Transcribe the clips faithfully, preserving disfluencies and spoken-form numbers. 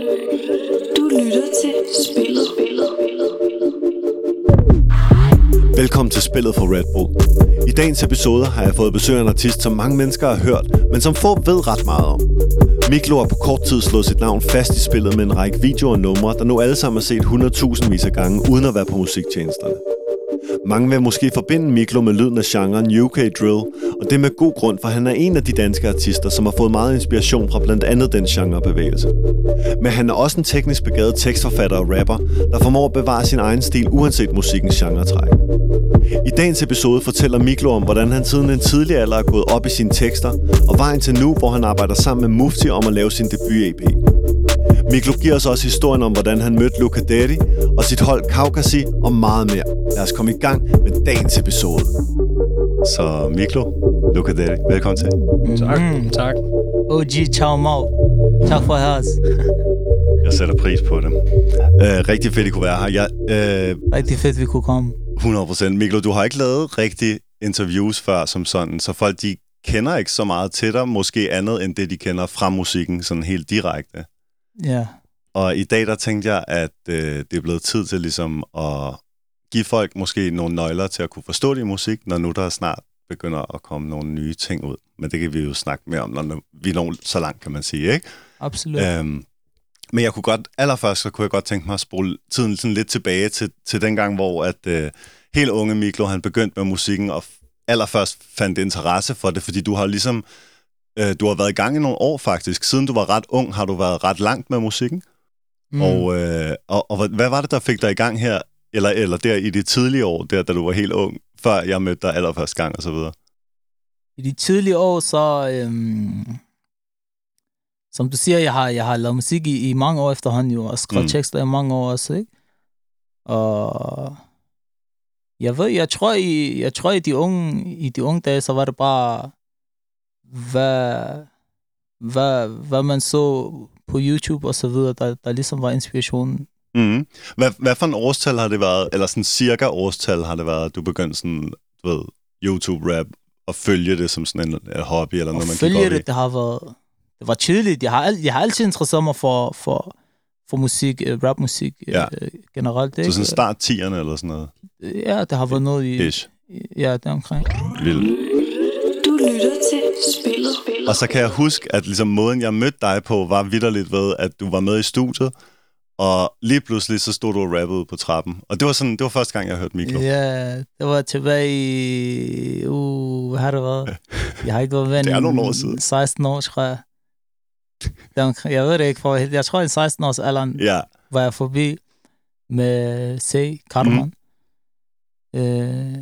Du lytter til Spillet. Velkommen til Spillet for Red Bull. I dagens episode har jeg fået besøg af en artist, som mange mennesker har hørt, men som få ved ret meget om. Miklo har på kort tid slået sit navn fast i spillet med en række videoer og numre, der nu alle sammen er set hundredtusindvis af gange, uden at være på musiktjenesterne. Mange vil måske forbinde Miklo med lyden af genren U K Drill, og det er med god grund, for han er en af de danske artister, som har fået meget inspiration fra blandt andet den genrebevægelse. Men han er også en teknisk begavet tekstforfatter og rapper, der formår at bevare sin egen stil uanset musikkens genretræk. I dagens episode fortæller Miklo om, hvordan han siden en tidlig alder er gået op i sine tekster, og vejen til nu, hvor han arbejder sammen med Mufti om at lave sin debut-E P. Miklo giver os også historien om, hvordan han mødte Luca Detti og sit hold Kaukasi og meget mere. Lad os komme i gang med dagens episode. Så Miklo, Luca Detti, velkommen til. Mm, tak. Mm, tak. O G, ciao Mau. Tak for at have os. Jeg sætter pris på det. Uh, rigtig fedt, I kunne være her. Jeg, uh, Rigtig fedt, vi kunne komme. hundrede procent. Miklo, du har ikke lavet rigtig interviews før som sådan, så folk de kender ikke så meget til dig, måske andet end det, de kender fra musikken, sådan helt direkte. Ja. Og i dag, der tænkte jeg, at øh, det er blevet tid til ligesom at give folk måske nogle nøgler til at kunne forstå din musik, når nu der snart begynder at komme nogle nye ting ud. Men det kan vi jo snakke mere om, når vi når så langt, kan man sige, ikke? Absolut. Øhm, men jeg kunne godt, allerførst så kunne jeg godt tænke mig at spole tiden sådan lidt tilbage til, til den gang, hvor at øh, helt unge Miklo, han begyndte med musikken, og allerførst fandt interesse for det, fordi du har ligesom Du har været i gang i nogle år, faktisk. Siden du var ret ung, har du været ret langt med musikken. Mm. Og, øh, og, og hvad var det, der fik dig i gang her, eller, eller der i de tidlige år, der, da du var helt ung, før jeg mødte dig allerførste gang, og så videre? I de tidlige år, så... Øhm, som du siger, jeg har, jeg har lavet musik i, i mange år efterhånden, jo, og skrevet mm. tekster i mange år også, ikke? Og... Jeg ved, jeg tror, i, jeg tror i, de unge, i de unge dage, så var det bare... Hvad, hvad, hvad man så på YouTube og så videre, der, der ligesom var inspirationen. Mm. Hvad, hvad for en årstal har det været, eller sådan cirka årstal har det været, du begyndte sådan, du ved, YouTube-rap, og følge det som sådan en, en hobby, eller noget, man kan gå følge det, det har været, det var tidligt. Jeg har, al, jeg har altid interesseret mig for, for, for musik, rapmusik ja. øh, generelt. Ikke? Så sådan start tierne eller sådan noget? Ja, det har været noget i... Ish. Ja, det er omkring. Vildt. Du lytter til Spillet. Og så kan jeg huske, at ligesom måden, jeg mødte dig på, var vitterligt ved, at du var med i studiet, og lige pludselig så stod du og rappede på trappen. Og det var sådan, det var første gang, jeg hørte Miklo. Ja, det var tilbage i... Uh, hvad har det været? Jeg har ikke været ven. Det er nogle år siden. seksten år, tror jeg. Jeg ved det ikke, for jeg tror, i seksten års alderen ja. var jeg forbi med C. Cartman. Mm. Øh,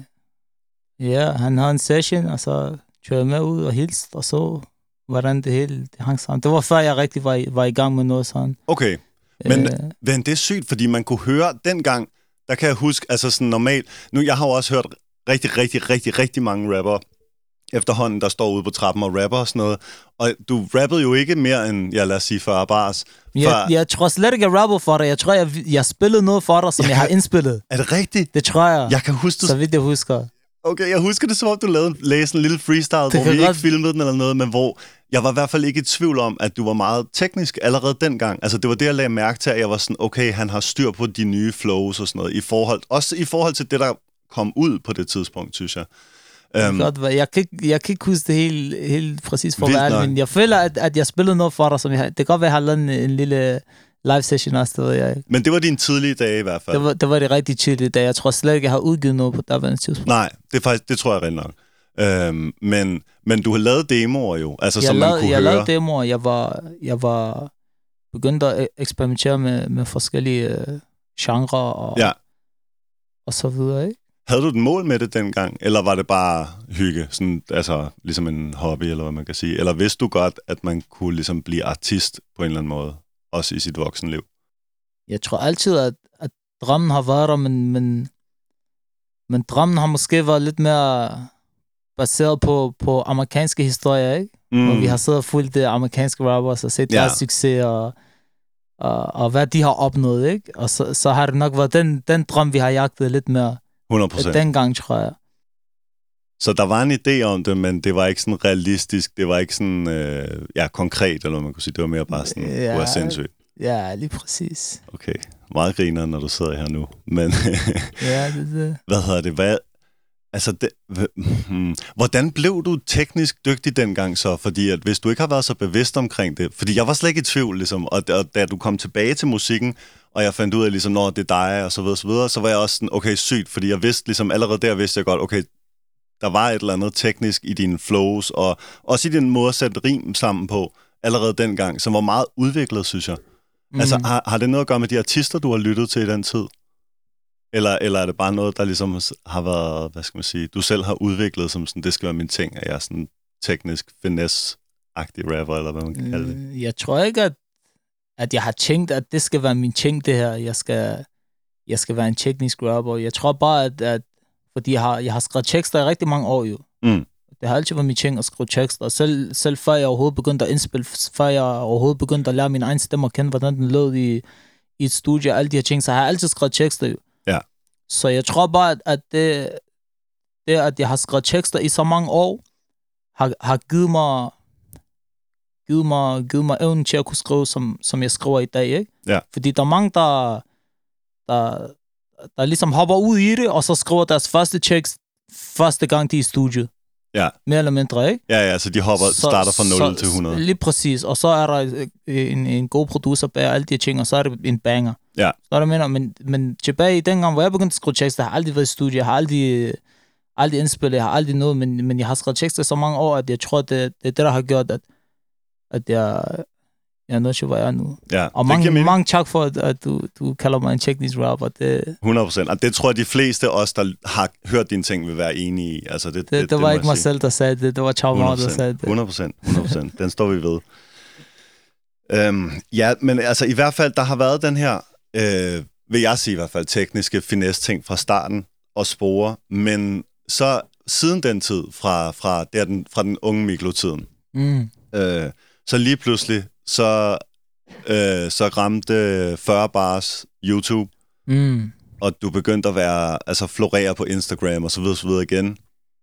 ja, han havde en session, og så tog jeg med ud og hilste, og så hvordan det hele det hang sammen. Det var før jeg rigtig var i, var i gang med noget sådan. Okay, men, øh, men det er sygt, fordi man kunne høre dengang, der kan jeg huske, altså sådan normalt, nu jeg har jo også hørt rigtig, rigtig, rigtig, rigtig mange rapper efterhånden, der står ude på trappen og rapper og sådan noget, og du rappede jo ikke mere end, ja lad os sige, fyrre bars. Jeg, jeg tror slet ikke, jeg rappede for dig. Jeg tror, jeg, jeg spillede noget for dig, som jeg, jeg har indspillet. Er det rigtigt? Det tror jeg. Jeg kan huske det. Så vidt jeg husker. Okay, jeg husker det, som om du lavede læste en lille freestyle, det hvor vi ikke ret... filmede den eller noget, men hvor jeg var i hvert fald ikke i tvivl om, at du var meget teknisk allerede dengang. Altså, det var det, jeg lagde mærke til, at jeg var sådan, okay, han har styr på de nye flows og sådan noget, i forhold, også i forhold til det, der kom ud på det tidspunkt, synes jeg. Um, godt, jeg, kan ikke, jeg kan ikke huske det helt, helt præcis for hvad, men jeg føler, at, at jeg spillede noget for dig, som jeg, det kan godt være, at jeg har lavet en, en lille live session også, det ved jeg ikke. Men det var dine tidlige dage i hvert fald. Det var, det var det rigtig tidlige dage. Jeg tror slet ikke, jeg har udgivet noget på daværende tidspunkt. Nej, det, er faktisk, det tror jeg rent nok. Øhm, men, men du har lavet demoer jo, altså jeg som lavede, man kunne jeg høre. Jeg lavede demoer. Jeg var, jeg var begyndt at eksperimentere med, med forskellige øh, genrer og, ja. og så videre, ikke? Havde du et mål med det dengang, eller var det bare hygge, sådan, altså ligesom en hobby, eller hvad man kan sige? Eller vidste du godt, at man kunne ligesom blive artist på en eller anden måde, også i sit voksenliv? Jeg tror altid, at, at drømmen har været der, men, men, men drømmen har måske været lidt mere baseret på, på amerikanske historier, ikke? Mm. Hvor vi har siddet og fulgt de amerikanske rappers og set ja. deres succes og, og, og hvad de har opnået, ikke? Og så, så har det nok været den, den drøm, vi har jagtet lidt mere. hundrede procent. Dengang, tror jeg. Så der var en idé om det, men det var ikke sådan realistisk, det var ikke sådan, øh, ja, konkret, eller man kunne sige, det var mere bare sådan, ja, du er sindssygt. Ja, lige præcis. Okay, meget griner, når du sidder her nu. Men ja, det det. Hvad hedder det? Hvad, altså, det, hmm, hvordan blev du teknisk dygtig dengang så? Fordi at hvis du ikke har været så bevidst omkring det, fordi jeg var slet ikke i tvivl, ligesom, og, og da du kom tilbage til musikken, og jeg fandt ud af, ligesom, når det er dig, og så videre, så videre, så var jeg også sådan, okay, sygt, fordi jeg vidste, ligesom, allerede der vidste jeg godt, okay, der var et eller andet teknisk i dine flows, og også i din måde at sætte rim sammen på, allerede dengang, som var meget udviklet, synes jeg. Mm. Altså, har, har det noget at gøre med de artister, du har lyttet til i den tid? Eller, eller er det bare noget, der ligesom har været, hvad skal man sige, du selv har udviklet som sådan, det skal være min ting, at jeg er sådan teknisk finesse-agtig rapper, eller hvad man kan kalde det? Jeg tror ikke, at, at jeg har tænkt, at det skal være min ting, det her. Jeg skal, jeg skal være en teknisk rapper. Jeg tror bare, at, at fordi jeg har, jeg har skrevet tekster i rigtig mange år jo. Mm. Det har altid været min ting at skrive tekster. Selv, selv før jeg overhovedet begyndte at indspille, før jeg overhovedet begyndte at lære min egen stemme at kende, hvordan den lød i, i et studie, alle de her ting, så har jeg altid skrevet tekster jo. Ja. Så jeg tror bare, at, at det, det, at jeg har skrevet tekster i så mange år, har, har givet mig, givet mig, givet mig evnen til at kunne skrive, som, som jeg skriver i dag, ikke? Ja. Fordi der er mange, der, der, der ligesom hopper ud i det, og så skriver deres første tekst første gang, de er i studiet. Ja. Mere eller mindre, ikke? Ja, ja, så de hopper, så, starter fra nul til hundrede. Lige præcis, og så er der en, en god producer bag alle de ting, og så er det en banger. Ja. Så er det mener, men, men tilbage i dengang, hvor jeg begyndte at skrive tekster, jeg har aldrig været i studiet, jeg har aldrig, aldrig indspillet, jeg har aldrig noget, men, men jeg har skrevet tekster så mange år, at jeg tror, det, det er det, der har gjort, at, at jeg, jeg er nødt til, hvor jeg er nu. Ja, og mange, mange tak for, at, at du, du kalder mig en teknisk rapper. Det, hundrede procent, og det tror jeg, de fleste os, der har hørt dine ting, vil være enige i. Altså, det, det, det, det, det var ikke mig selv, der sagde det, det var Chavmar, der sagde det. hundrede procent, hundrede procent, den står vi ved. Øhm, ja, men altså i hvert fald, der har været den her, øh, vil jeg sige i hvert fald, tekniske finesse-ting fra starten og spore, men så siden den tid, fra, fra, der den, fra den unge Miklo-tiden, mm. øh, så lige pludselig, så, øh, så ramte fyrre bars YouTube, mm. og du begyndte at være, altså florere på Instagram og så videre, så videre igen.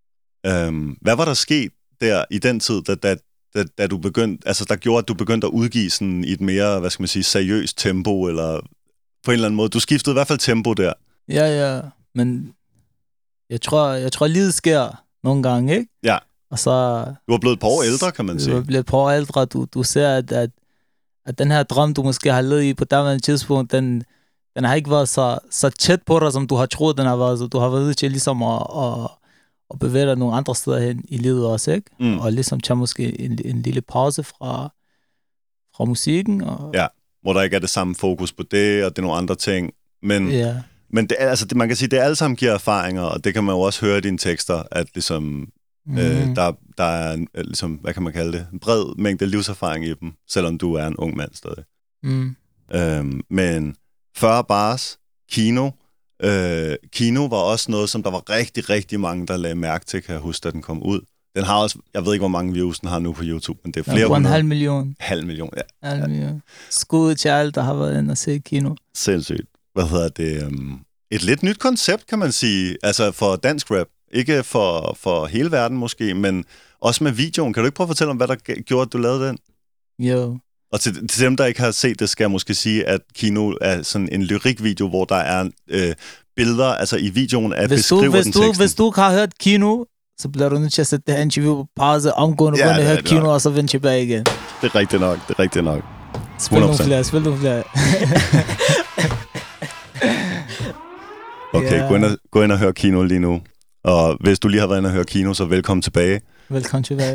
Øhm, hvad var der sket der i den tid, da, da, da, da du begyndte, altså der gjorde, at du begyndte at udgive sådan i et mere, hvad skal man sige, seriøst tempo, eller på en eller anden måde? Du skiftede i hvert fald tempo der. Ja, ja, men jeg tror, jeg tror livet sker nogle gange, ikke? Ja. Og så... Du er blevet et par år ældre, kan man sige. Du er blevet et par år ældre, du, du ser, at, at, at den her drøm, du måske har levet i på daværende tidspunkt, den, den har ikke været så, så tæt på dig, som du har troet, den har været. Så du har været nødt til ligesom at, at, at bevæge dig nogle andre steder hen i livet også, ikke? Mm. Og ligesom tage måske en, en lille pause fra, fra musikken. Og... Ja, hvor der ikke er det samme fokus på det, og det er nogle andre ting. Men, ja. men det, altså, det, man kan sige, det alle sammen giver erfaringer, og det kan man jo også høre i dine tekster, at ligesom... Mm. Øh, der, der er en, ligesom, hvad kan man kalde det, en bred mængde livserfaring i dem, selvom du er en ung mand stadig. Mm. Øhm, men fyrre bars, Kino, øh, Kino var også noget, som der var rigtig, rigtig mange, der lagde mærke til, kan jeg huske, da den kom ud. Den har også, jeg ved ikke, hvor mange views den har nu på YouTube, men det er flere hundrede. en halv million. Halv million, ja. Halv million. Skud til alle, der har været inde og se Kino. Sindssygt. Hvad hedder det? Um, et lidt nyt koncept, kan man sige, altså for dansk rap. Ikke for, for hele verden måske, men også med videoen. Kan du ikke prøve at fortælle om, hvad der gjorde, at du lavede den? Jo. Og til, til dem, der ikke har set det, skal jeg måske sige, at Kino er sådan en lyrikvideo, hvor der er øh, billeder, altså i videoen af beskriver du, hvis den du, teksten. Hvis du ikke har hørt Kino, så bliver du nødt til at sætte det her interview på pause, omgående, ja, gå og høre Kino, nok. Og så vende tilbage igen. Det er rigtigt nok, det er rigtigt nok. Spil nogle flere, spil nogle flere. Okay, yeah. gå, ind og, gå ind og hør Kino lige nu. Og hvis du lige har været inde og høre Kino, så velkommen tilbage. Velkommen tilbage.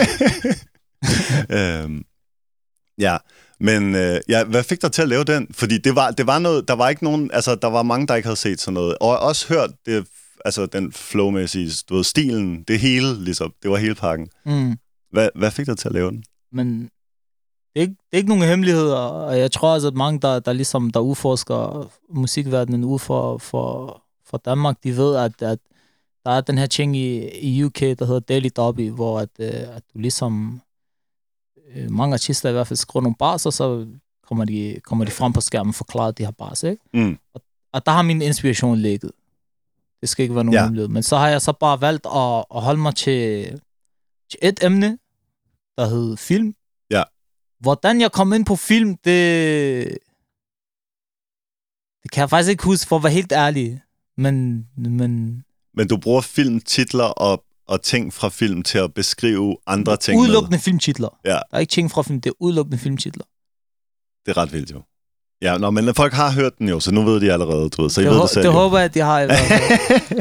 øhm, ja, men øh, ja, hvad fik dig til at lave den? Fordi det var, det var noget, der var ikke nogen, altså der var mange, der ikke havde set sådan noget. Og også hørt det, altså den flowmæssige, du ved, stilen, det hele, ligesom, det var hele pakken. Mm. Hvad, hvad fik dig til at lave den? Men det er ikke, det er ikke nogen hemmeligheder, og jeg tror også, at mange, der, der ligesom, der udforsker musikverdenen ude for, for, for Danmark, de ved, at, at der er den her ting i, i U K, der hedder Daily Dobby, hvor at, at du ligesom, mange artister i hvert fald skriver nogle bars, og så kommer de, kommer de frem på skærmen og forklarer de her bars, ikke? Mm. Og, og der har min inspiration ligget. Det skal ikke være nogen ja. hemmelighed. Men så har jeg så bare valgt at, at holde mig til, til et emne, der hedder film. Ja. Hvordan jeg kom ind på film, det... Det kan jeg faktisk ikke huske, for at være helt ærlig. Men... Men, men du bruger filmtitler og, og ting fra film til at beskrive andre ting udelukkende med. filmtitler. Ja. Der er ikke ting fra film, det er udelukkende filmtitler. Det er ret vildt jo. Ja, nå, men folk har hørt den jo, så nu ved de allerede, du ved. Så I det ved hå- det selv. Det jo. håber jeg, at de har i hvert fald.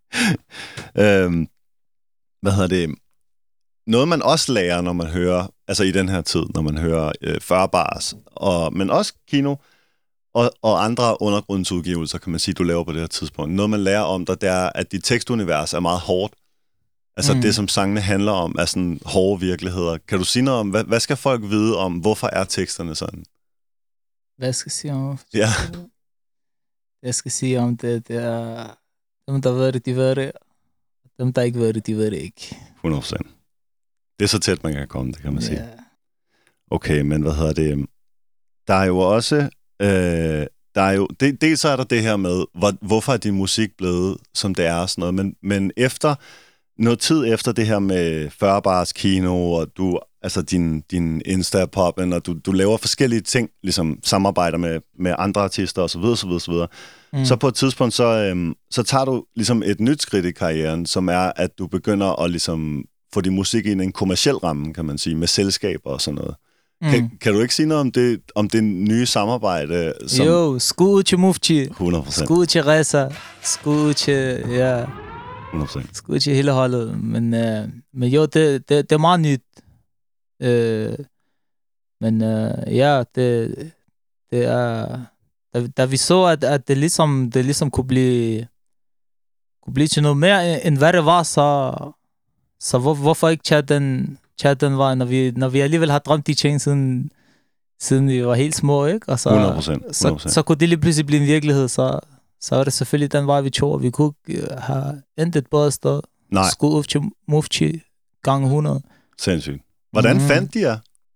øhm, hvad hedder det? Noget, man også lærer, når man hører, altså i den her tid, når man hører øh, fyrre bars, og, men også Kino, og, og andre undergrundsudgivelser, kan man sige, du laver på det her tidspunkt. Noget, man lærer om dig, det er, at dit tekstunivers er meget hårdt. Altså mm. det, som sangene handler om, er sådan hårde virkeligheder. Kan du sige noget om, hvad, hvad skal folk vide om, hvorfor er teksterne sådan? Hvad skal jeg sige om? Ja. Det, jeg skal sige om det, det er... Dem, der ved det, de ved det. Dem, der ikke ved det, de ved det ikke. hundrede procent. Det er så tæt, man kan komme, det kan man sige. Yeah. Okay, men hvad hedder det? Der er jo også... Øh, der er jo, det, dels så er der det her med, hvor, hvorfor er din musik blevet, som det er og sådan noget, men, men efter... Noget tid efter det her med fyrre bars Kino, og du, altså din, din Insta-poppen, og du, du laver forskellige ting, ligesom samarbejder med, med andre artister osv., osv., osv. Mm. Så på et tidspunkt, så, øhm, så tager du ligesom et nyt skridt i karrieren, som er, at du begynder at ligesom få din musik ind i en kommerciel ramme, kan man sige, med selskaber og sådan noget. Mm. Kan, kan du ikke sige noget om det, om det nye samarbejde? Som... Jo, skud til Mufti. hundrede procent. Skud til Reza. Skud til, ja... hundrede procent. Skud til hele holdet. Men, øh, men jo, det, det, det er meget nyt. Øh, men øh, ja, det, det er... Da, da vi så, at, at det, ligesom, det ligesom kunne blive, kunne blive til noget mere, end hvad det var, så, så hvor, hvorfor ikke tage den, tage den vej, når vi, når vi alligevel har drømt de ting, siden, siden vi var helt små, ikke? Og så, hundrede procent. hundrede procent. Så, så kunne det lige pludselig blive en virkelighed, så... Så er det selvfølgelig den vej, vi tog, og vi kunne ikke uh, have endt bedre sted. Nej. Skud til Mufti gange hundrede. Sindssygt. Hvordan mm. fandt de jer?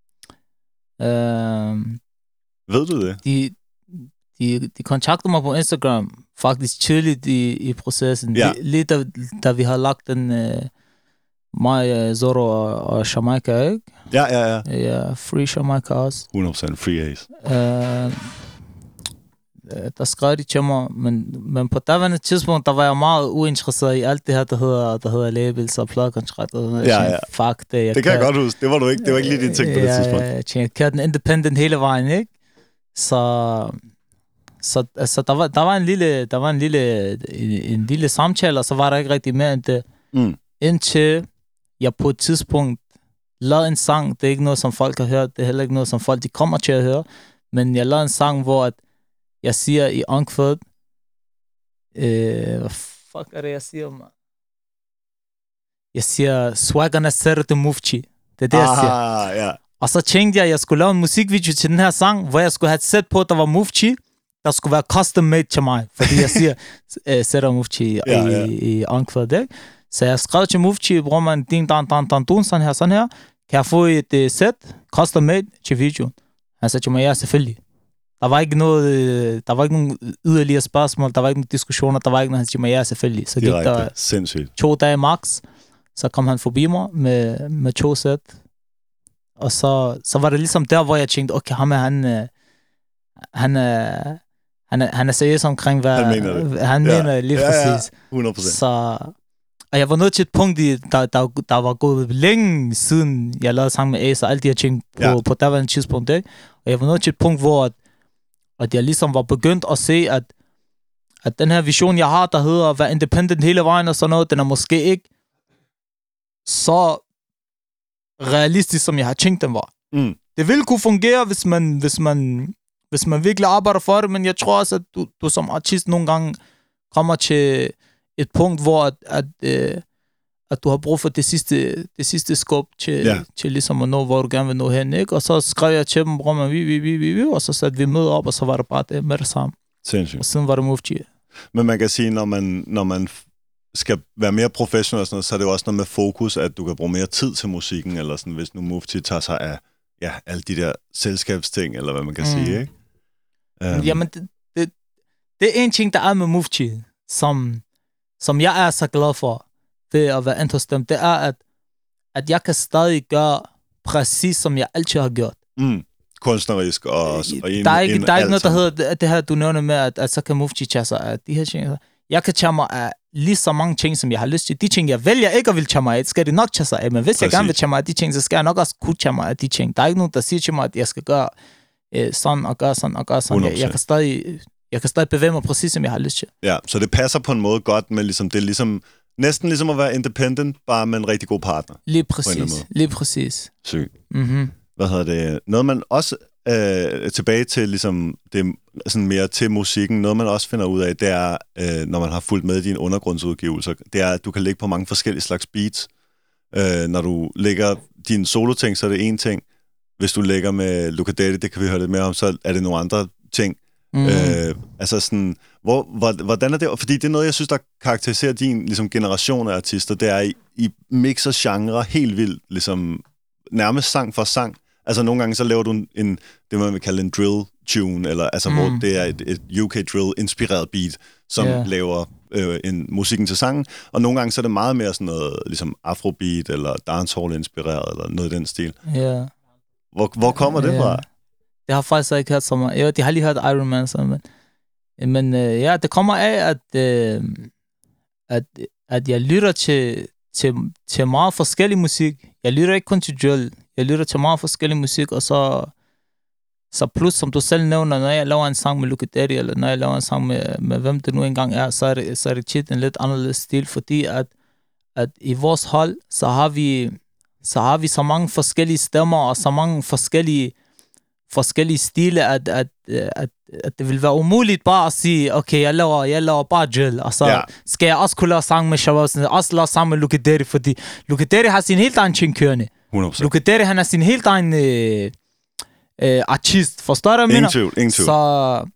Uh, Ved du det? De, de, de kontaktede mig på Instagram, faktisk tidligt i, i processen. Ja. Lige da, da vi har lagt den, uh, mig, Zorro og, og Jamaica, ikke? Ja, ja, ja. Ja, Free Jamaica også. hundrede procent Free Ace. Uh, der skrev de til mig, men, men på daværende tidspunkt, der var jeg meget uinteresseret i alt det her, der hedder, der hedder labels og pladekontrakter. Ja, ja. Fuck det. Jeg det kan jeg godt huske. Det var du ikke. Det var ikke lige din ting på det ja, tidspunkt. Ja, jeg kørte den independent hele vejen, ikke? Så, så altså, der var, der var en lille, der var en lille, en, en lille samtale, og så var der ikke rigtig mere end det. Mm. Indtil jeg på et tidspunkt lavede en sang. Det er ikke noget, som folk har hørt. Det er heller ikke noget, som folk de kommer til at høre. Men jeg lavede en sang, hvor at jeg siger i Onkford, øh, hvad fuck er det, jeg siger, man? Jeg siger, Swaggerna Serte Mufti. Det er det, jeg siger. Ja. Og så tænkte jeg, at jeg skulle lave en musikvideo til den her sang, hvor jeg skulle have et sæt på, der var Mufti, der skulle være custom made til mig. Fordi jeg siger, uh, Serte Mufti ja, ja. i, i Onkford, ikke? Så jeg skrev til Mufti, bruger man ding, dan, dan, dan, dun, sådan her, sådan her. Kan jeg få et uh, sæt, custom made, til videoen? Han sagde til mig, ja, selvfølgelig. Der var ikke noget, der var ikke nogen yderligere spørgsmål, der var ikke nogen diskussioner, der var ikke noget, han siger mig, ja, selvfølgelig. Så gik Direkte. der Sindssygt. to dage max, så kom han forbi mig med, med to sæt, og så, så var det ligesom der, hvor jeg tænkte, okay, ham er han, han er, han er, han er seriøs omkring, hvad han mener det. Han ja. mener lige ja, præcis. Ja, hundrede procent. Så, og jeg var nået til et punkt, der, der, der var gået længe siden, jeg lavede sang med Ace og alle de her ting på, ja. på daværende tidspunkt, ikke? Og jeg var nået til et punkt, hvor at, at jeg ligesom var begyndt at se, at, at den her vision, jeg har, der hedder at være independent hele vejen og sådan noget, den er måske ikke så realistisk, som jeg har tænkt, den var. Mm. Det vil kunne fungere, hvis man, hvis man, hvis man virkelig arbejder for det, men jeg tror også, at du, du som artist nogle gange kommer til et punkt, hvor at, at, øh, at du har brug for det sidste, det sidste skub til, ja. til ligesom at nå, hvor du gerne vil nå hen, ikke? Og så skrev jeg til dem, bror man, vi, vi, vi, vi, vi, og så satte vi møde op, og så var det bare det med det samme. Sindssygt. Og siden var det Mufti. Men man kan sige, når man, når man skal være mere professionel og sådan noget, så er det jo også noget med fokus, at du kan bruge mere tid til musikken, eller sådan, hvis nu Mufti tager sig af ja, alle de der selskabsting, eller hvad man kan mm. sige, ikke? Um. Jamen, det, det, det er en ting, der er med Mufti, som, som jeg er så glad for, det at være endt hos dem, det er, at, at jeg kan stadig gøre præcis, som jeg altid har gjort. Mm. Kunstnerisk og... og der er ikke, en, der er ikke noget, der hedder det her, du nævner med, at, at så kan Mufti tage sig af de her ting. Jeg kan tage mig af lige så mange ting, som jeg har lyst til. De ting, jeg vælger ikke at vil tage mig af, skal det nok tage sig af. Men hvis Præcis. jeg gerne vil tage mig af de ting, så skal jeg nok også kunne tage mig af de ting. Der er ikke nogen, der siger til mig, at jeg skal gøre øh, sådan og gøre sådan og gøre sådan. Jeg, jeg, kan stadig, jeg kan stadig bevæge mig præcis, som jeg har lyst til. Ja, så det passer på en måde godt, men ligesom, det er ligesom, næsten ligesom at være independent, bare med en rigtig god partner. Lige præcis. Lige præcis. Sygt. Mm-hmm. Hvad hedder det? Noget man også... Øh, tilbage til ligesom det sådan mere til musikken, noget man også finder ud af, det er, øh, når man har fulgt med i dine undergrundsudgivelser, det er, at du kan lægge på mange forskellige slags beats. Øh, når du lægger din solo-ting, så er det en ting. Hvis du lægger med Luca Daddy, det kan vi høre lidt mere om, så er det nogle andre ting. Mm. Øh, altså sådan, hvor, hvor, hvordan er det? Fordi det er noget, jeg synes, der karakteriserer din ligesom, generation af artister, det er, I, I mixer genre helt vildt, ligesom nærmest sang for sang. Altså nogle gange så laver du en, en det man vil kalde en drill tune, eller altså mm. hvor det er et, et U K drill inspireret beat, som yeah. laver øh, en musikken til sangen, og nogle gange så er det meget mere sådan noget ligesom afrobeat eller dancehall inspireret eller noget i den stil. Ja. Yeah. Hvor hvor kommer det yeah. fra? Det har faktisk ikke hørt så meget. Jo, de har lige hørt Iron Man så, men men øh, ja, det kommer af at øh, at at jeg lytter til til til meget forskellig musik. Jeg lytter ikke kun til drill. Jeg lytter til meget forskellig musik, og så, så plus, som du selv nævner, når jeg laver en sang med Luca Daddy, eller når jeg laver en sang med, med hvem det nu engang er, så er det, så er det tit en lidt anderledes stil, fordi at, at i vores hold, så har vi så har vi så mange forskellige stemmer, og så mange forskellige, forskellige stile, at, at, at, at det vil være umuligt bare at sige, okay, jeg laver, jeg laver bare drill, og så ja. skal jeg også kunne lave sang med Shabab, også lave sang med Luca Daddy, fordi Luca Daddy har sin helt egen ting kørende. hundrede procent. Luca Daddy, han er sin helt egen øh, øh, artist. Forstår du, hvad jeg mener? Ingen tvivl, ingen tvivl. Så,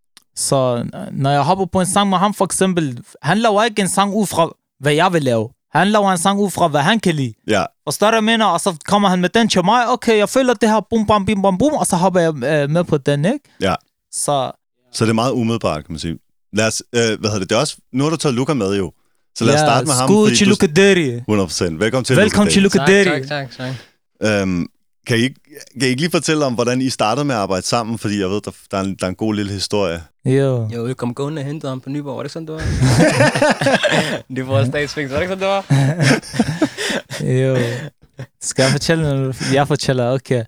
så når jeg hopper på en sang med ham, for eksempel, han laver ikke en sang ud fra, hvad jeg vil lave. Han laver en sang ud fra, hvad han kan lide. Ja. Forstår du, hvad jeg mener? Og så kommer han med den til mig. Okay, jeg føler det her, bum, bam, bim, bam, bum, og så hopper jeg øh, med på den, ikke? Ja. Så, så det er meget umiddelbart, kan man sige. Lad os, øh, hvad hedder det? Det er også, nu har du taget Luca med, jo. Så lad os ja, starte med ham. Skud til Luca Daddy. hundrede procent. Velkommen til Velkommen til Luca Daddy. Tak, tak, tak. Øhm, kan, I, kan I ikke lige fortælle om, hvordan I startede med at arbejde sammen? Fordi jeg ved, der, der, er, en, der er en god lille historie. Jo. Jo, vi kom gående og hentede ham på Nyborg. Var det ikke sådan, det var? Nyborg Statsfængsel. Var det ikke sådan, det var? Jo. Skal jeg fortælle noget? Jeg fortæller, okay.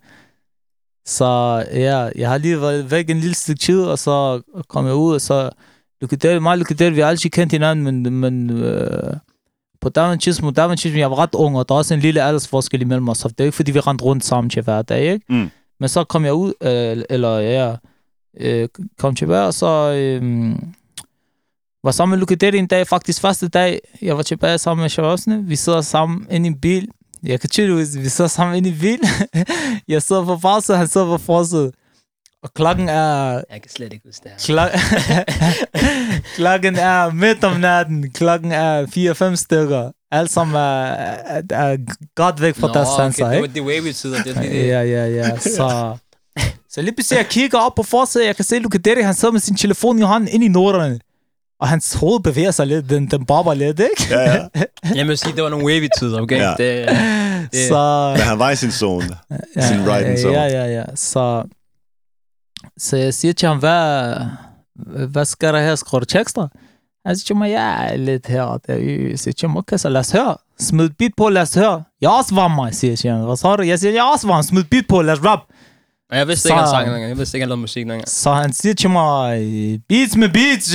Så ja, jeg har lige været væk en lille stykke tid, og så kom jeg ud, og så... Luca Daddy, mig og Luca Daddy, vi har altid kendt hinanden, men... men øh, på daværende tidspunkt, på daværende tidspunkt, jeg var ret ung, og der er også en lille aldersforskel imellem os, så det er ikke, fordi vi rendte rundt sammen til hver dag, ikke? Mm. Men så kom jeg ud, øh, eller ja, øh, kom til hver, og så øh, var sammen med Luca Daddy en dag, faktisk første dag, jeg var tilbage sammen med Shababsne, vi sidder sammen inde i en bil, jeg kan tydeligvis, vi sidder sammen inde i en bil, jeg sidder på bagsædet, han sidder på forsædet. Og klokken er... Jeg kan slet ikke huske det Klok... klokken er midt om natten. Klokken er fire-fem stykker. Alt sammen er, er, er godt væk fra Nå, deres sanser, okay. ikke? Det var det wavy-tider. Det, det. Ja, ja, ja. Så, så lige pludselig, jeg kigger op på forsædet, jeg kan se Luca Daddy, han sidder med sin telefon i hånden ind i noterne. Og hans hoved bevæger sig lidt, den, den bobber lidt, ikke? Ja, ja. Jeg må sige, det var nogle wavy-tider, okay? Ja. Det, det. Så... Men han var i sin zone. Ja, sin right zone. Ja, ja, ja. Så... Så jeg siger til ham, hvad, hvad skal der her? Skriver du tekster? Han siger til mig, ja, lidt her. Jeg siger til ham, okay, så lad os høre. Smid et beat på, lad os høre. Jeg er også varm mig, siger jeg. Hvad så du? Jeg siger, jeg er også varm. Smid et beat på, lad os rap. Og jeg vidste så, ikke, han sang engang. Jeg vidste ikke, han lavede musik engang. Så han siger til mig, beats med beats.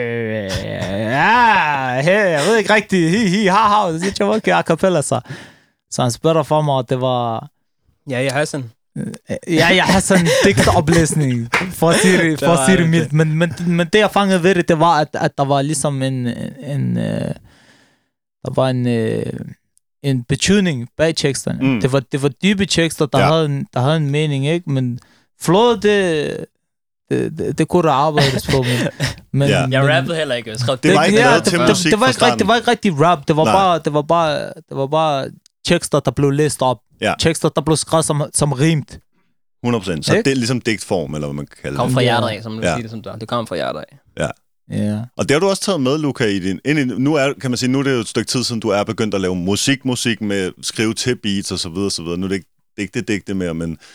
Ja, hey, jeg ved ikke rigtigt. Hi, hi, ha, ha. Så siger til mig, okay, a cappella så. Så han spørger for mig, og det var... Ja, jeg har sådan... Ja, jeg har sådan en digtoplæsning, for at sige det, for at sige det mildt. Men, men, men det, jeg fangede ved det, det var, at, at der var ligesom en, en, uh, der var en, uh, en betydning bag teksterne. Mm. Det, var, det var dybe tekster, der, ja. havde en, der havde en mening, ikke? Men flowet, det, det, det, det kunne der arbejdes på. Men, men, ja. Jeg men, rappede heller ikke. Jeg skrev, det var ikke ja, lavet det, til det, musik det, var ikke, det var ikke rigtig rap. Det var Nej. bare, det var bare, det var bare tekster, der blev læst op. Ja. Tekster, der blev skrevet som, som rimt. hundrede procent. Så det er ligesom digtform, eller hvad man kan kalde det. Kom fra hjertet af, som du ja. siger det som du. Det kom fra hjertet af. Ja. Ja. Og det har du også taget med, Luca, i din... Ind i, nu er, kan man sige, nu er det jo et stykke tid siden, du er begyndt at lave musik, musik med skrive til beats og så videre, så videre. Nu er det ikke, det er ikke det digte mere, men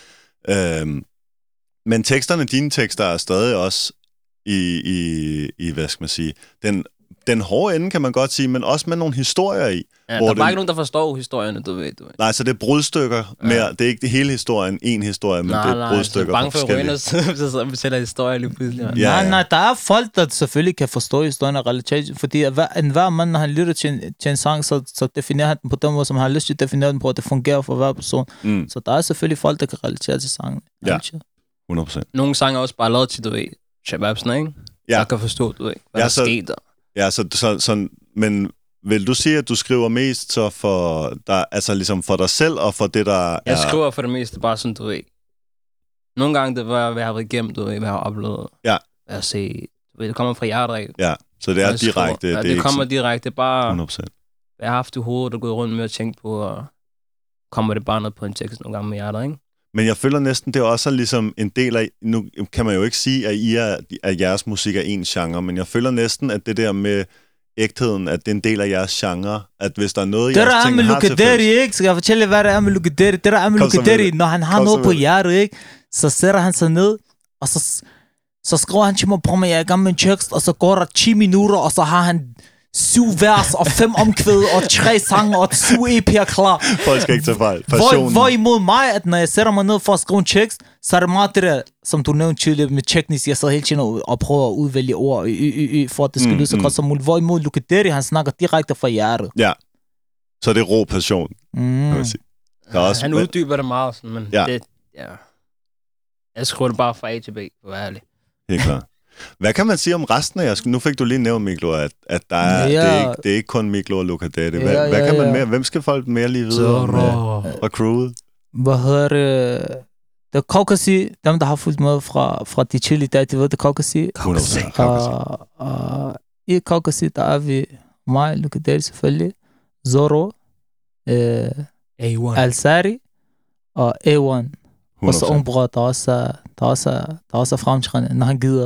Øhm, men teksterne, dine tekster, er stadig også i, i, i hvad skal man sige, den, den hårde ende, kan man godt sige, men også med nogle historier i. Ja, hvor der er bare den, ikke nogen, der forstår historierne, du ved. Du ved. Nej, så det er brudstykker mere. Ja. Det er ikke det hele historien, en historie, men nej, det er nej, brudstykker bange fra for forskellige. så sidder og fortæller historier lige pludselig. Ja, nej, ja. nej, der er folk, der selvfølgelig kan forstå historien og relatere, fordi hver, en hver mand, når han lytter til en, til en sang, så, så definerer han den på den måde, som han har lyst til at definere den på, at det fungerer for hver person. Mm. Så der er selvfølgelig folk, der kan relatere til sangen. Ja, hundrede procent. Nogle sange er også bare lavet til, du ved, shababsene, ikke? Ja. Der kan forstå, du ved, hvad Ja, der så- sker der. Ja, så, så, så, men vil du sige, at du skriver mest så for, der, altså ligesom for dig selv, og for det, der Jeg er... skriver for det meste bare sådan, du ved. Nogle gange, det var, hvad jeg har været igennem, du ved, hvad jeg har oplevet. Ja. Hvad jeg ser, du ved, det kommer fra hjertet af. Ja, så det er Jeg skriver. direkte. Ja, det, det, er det kommer ikke direkte. Det er bare, hundrede procent. jeg har haft i hovedet og gået rundt med at tænke på, og kommer det bare ned på en tekst nogle gange med hjertet, ikke? Men jeg føler næsten, det er også ligesom en del af... Nu kan man jo ikke sige, at, I er, at jeres musik er en genre, men jeg føler næsten, at det der med ægtheden, at det er en del af jeres genre, at hvis der er noget, Det der jeres er ting med har til Lukaderi, fælles... ikke? Skal jeg fortælle, hvad der er med Lukaderi? Det der er med Kom så med Lukaderi, det. når han har Kom så noget med på det. hjertet, ikke? Så sætter han sig ned, og så, så skriver han til mig, bror, jeg er i gang med en tekst, og så går der ti minutter, og så har han syv vers, og fem omkvæd, og tre sange, og syv E P'er klar. Folk skal ikke tage fejl. Hvor, Passionen. hvorimod mig, at når jeg sætter mig ned for at skrive en tekst, så er det meget det der, som du nævnte tidligere med teknisk, jeg sidder hele tiden og, og prøver at udvælge ord, y, y, y, for at det skal Mm, lyde så mm. godt som muligt. Hvorimod Lukaderi, han snakker direkte fra hjertet. Ja, så det er rå passion, Mm. kan man sige. Der er også, Han uddyber det meget, sådan, men Ja. det, ja. Jeg skriver det bare fra A til B, for at være ærlig. helt klart. Hvad kan man sige om resten af jeres... Nu fik du lige nævnt, Miklo, at, at der er, Ja. det, er ikke, det er ikke kun Miklo og Lukadette. Hvad, Ja, hvad ja, kan man ja. mere... Hvem skal folk mere lige vide om uh, fra crewet? Hvad hedder det? Det er Kaukasi, dem der har fulgt med fra, fra de tidlige dage, de ved det Kaukasi. hundrede procent Kaukasi. Og, og i Kaukasi, der er vi mig, Lukaderi selvfølgelig, Zoro, øh, A et. Al-Sari og A et. Og så hundrede procent. Umbra, der også er, der også er, der også er fremtrædende, når han gider.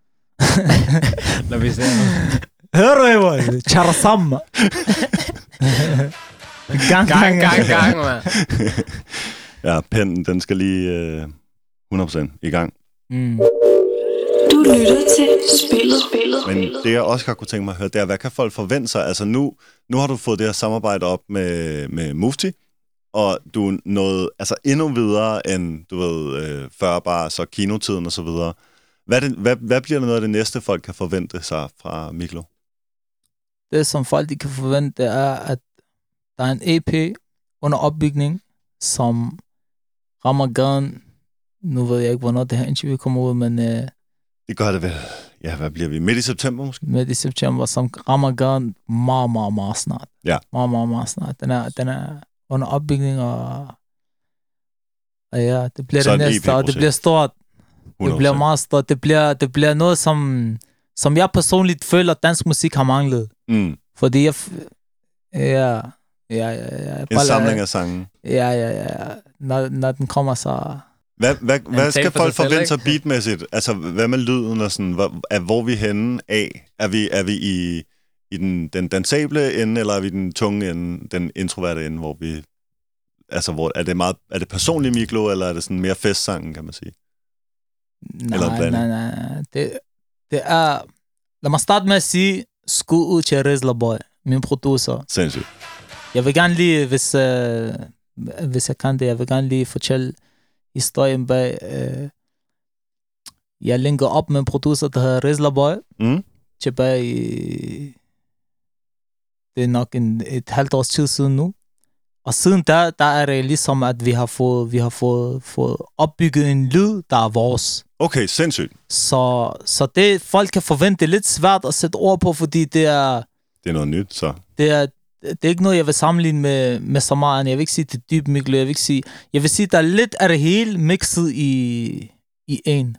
Lad vi se. Hør du, Ewan? Charasam. Gang, Gang, gang, gang, man. Ja, pennen, den skal lige uh, hundrede procent i gang. Mm. Du lytter til Spillet. Spillet. Men det, jeg også har kunne tænke mig at høre, det er, hvad kan folk forvente sig? Altså nu, nu har du fået det her samarbejde op med, med Mufti, og du er nået altså endnu videre end, du ved, øh, før bare så kinotiden og så videre. Hvad, er det, hvad, hvad bliver der noget af det næste, folk kan forvente sig fra Miklo? Det, som folk de kan forvente, det er, at der er en E P under opbygning, som rammer gaden. Nu ved jeg ikke, hvornår det her interview kommer ud, men øh, Det gør det vel, ja, hvad bliver vi? Midt i september måske? midt i september, som rammer gaden meget, meget, meget snart. Ja. Meget, meget, meget snart. Den er, den er under opbygning, og, og ja, det bliver Så det en næste, og det E P-projekt. bliver stort. Det hundrede bliver procent. meget stort. Det bliver, det bliver noget, som, som jeg personligt føler, at dansk musik har manglet. Mm. Fordi jeg... f- Ja, ja, ja, ja. En samling af sange. Ja, ja, ja. Når, når den kommer, så... Hvad, hvad, hvad tale skal for folk sig selv, forvente ikke? sig beatmæssigt? Altså, hvad med lyden og sådan? Hvor, er, hvor er vi henne af? Er vi, er vi i, i den, den dansable ende, eller er vi i den tunge ende, den introverte ende, hvor vi... Altså, hvor, er, det meget, er det personligt Miklo, eller er det sådan mere festsangen, kan man sige? Nej, Eller en nej, blanding. nej, nej. Det, det er... Lad mig starte med at sige, skud ud til Rizla Boy, min producer. Sindssygt. Jeg vil gerne lige, hvis, øh, hvis jeg kan det, jeg vil gerne lige fortælle historien bag... Øh, jeg linker op med en producer, der hedder Rizla Boy, Mm? tilbage i... Det er nok en, et halvt års tid siden nu. Og siden der, der er det ligesom, at vi har fået, vi har fået, fået opbygget en lyd, der er vores. Okay, sindssygt. Så, så det, folk kan forvente, det er lidt svært at sætte ord på, fordi det er, Det er noget nyt, så. det er, det er ikke noget, jeg vil sammenligne med, med så meget. Jeg vil ikke sige, det er dybt Miklo. Jeg vil ikke sige, jeg vil sige, der er lidt af det hele mixet i, i en.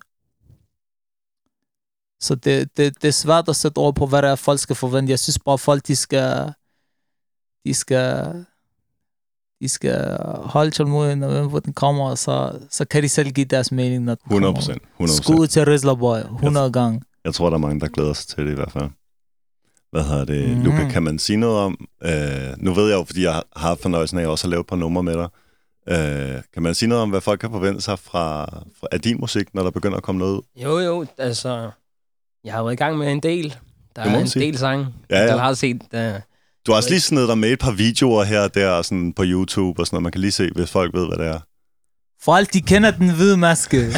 Så det, det, det er svært at sætte ord på, hvad der er, folk skal forvente. Jeg synes bare, folk, de skal, de skal, de skal holde tålmodigheden, og vente på, den kommer, og så, så kan de selv give deres mening, når den hundrede kommer. procent. hundrede Skud procent. til Rizla Boy, hundrede gange. Jeg tror, der er mange, der glæder sig til det i hvert fald. Hvad hedder det? Mhm. Mm. Luca, kan man sige noget om... Øh, nu ved jeg jo, fordi jeg har haft fornøjelsen af også at lave et par numre med dig. Øh, kan man sige noget om, hvad folk kan forvente sig fra, fra af din musik, når der begynder at komme noget ud? Jo, jo, altså... Jeg har været i gang med en del. Der Det må er man en sige. del sange. Ja, ja. Du har set... Uh, Du har også lige snedet dig med et par videoer her og der sådan på YouTube og sådan noget. Man kan lige se, hvis folk ved, hvad det er. Folk, de kender den hvide maske.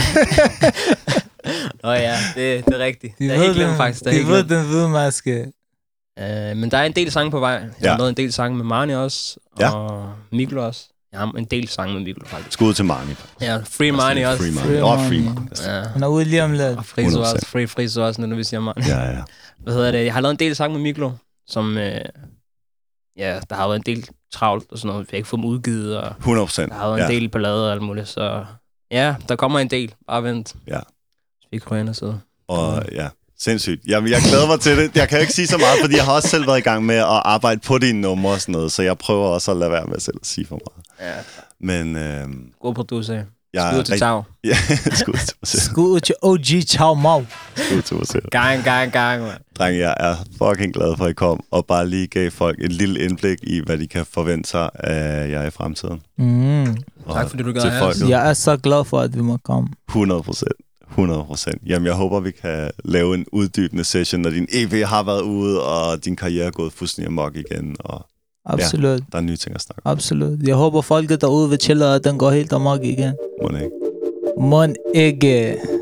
Nå ja, det, det er rigtigt. De det er ved, helt glemt, den, faktisk. Det er de helt ved glemt. den hvide maske. Uh, men der er en del sange på vej. Jeg Ja. har lavet en del sange med Marni også. Ja. Og Miklo også. Jeg har en del sange med Miklo, faktisk. Skud til Marni. Ja, Free Marni også. Free Free Marni. Og Marni. Free Marni. Ja. Han er ude lige om lidt. Og Friso hundrede også. procent. Free Friso også, når vi siger Marni. Ja, ja. Hvad hedder det? Jeg har lavet en del sange med Miklo, som... Øh, ja, der har været en del travlt og sådan noget. Vi har ikke fået dem udgivet, og hundrede procent. der har været en del ballade og alt muligt. Så ja, der kommer en del. Bare vent. Ja. Vi kan ind og sidde. Og ja, sindssygt. Jeg, jeg glæder mig til det. Jeg kan jo ikke sige så meget, fordi jeg har også selv været i gang med at arbejde på dine numre og sådan noget, så jeg prøver også at lade være med selv at sige for meget. Ja. Men øh, God producer. jeg Skud til rigtig- Tav. Ja, skud til mig selv. Skud til O G Chow Mau. Skud til mig selv. Gang, gang, gang, man. Dreng, jeg er fucking glad for, at I kom, og bare lige gav folk et lille indblik i, hvad de kan forvente sig af jer i fremtiden. Mm. Og Tak fordi du gad til have os. folket. Jeg er så glad for, at vi må komme. hundrede procent. hundrede procent. Jamen, jeg håber, vi kan lave en uddybende session, når din E P har været ude, og din karriere er gået fuldstændig amok igen, og Absolut. der er nye ting at snakke om. Absolut. Jeg håber, folket derude vil chille, at den går helt amok igen. Må det ikke? Mon ikke.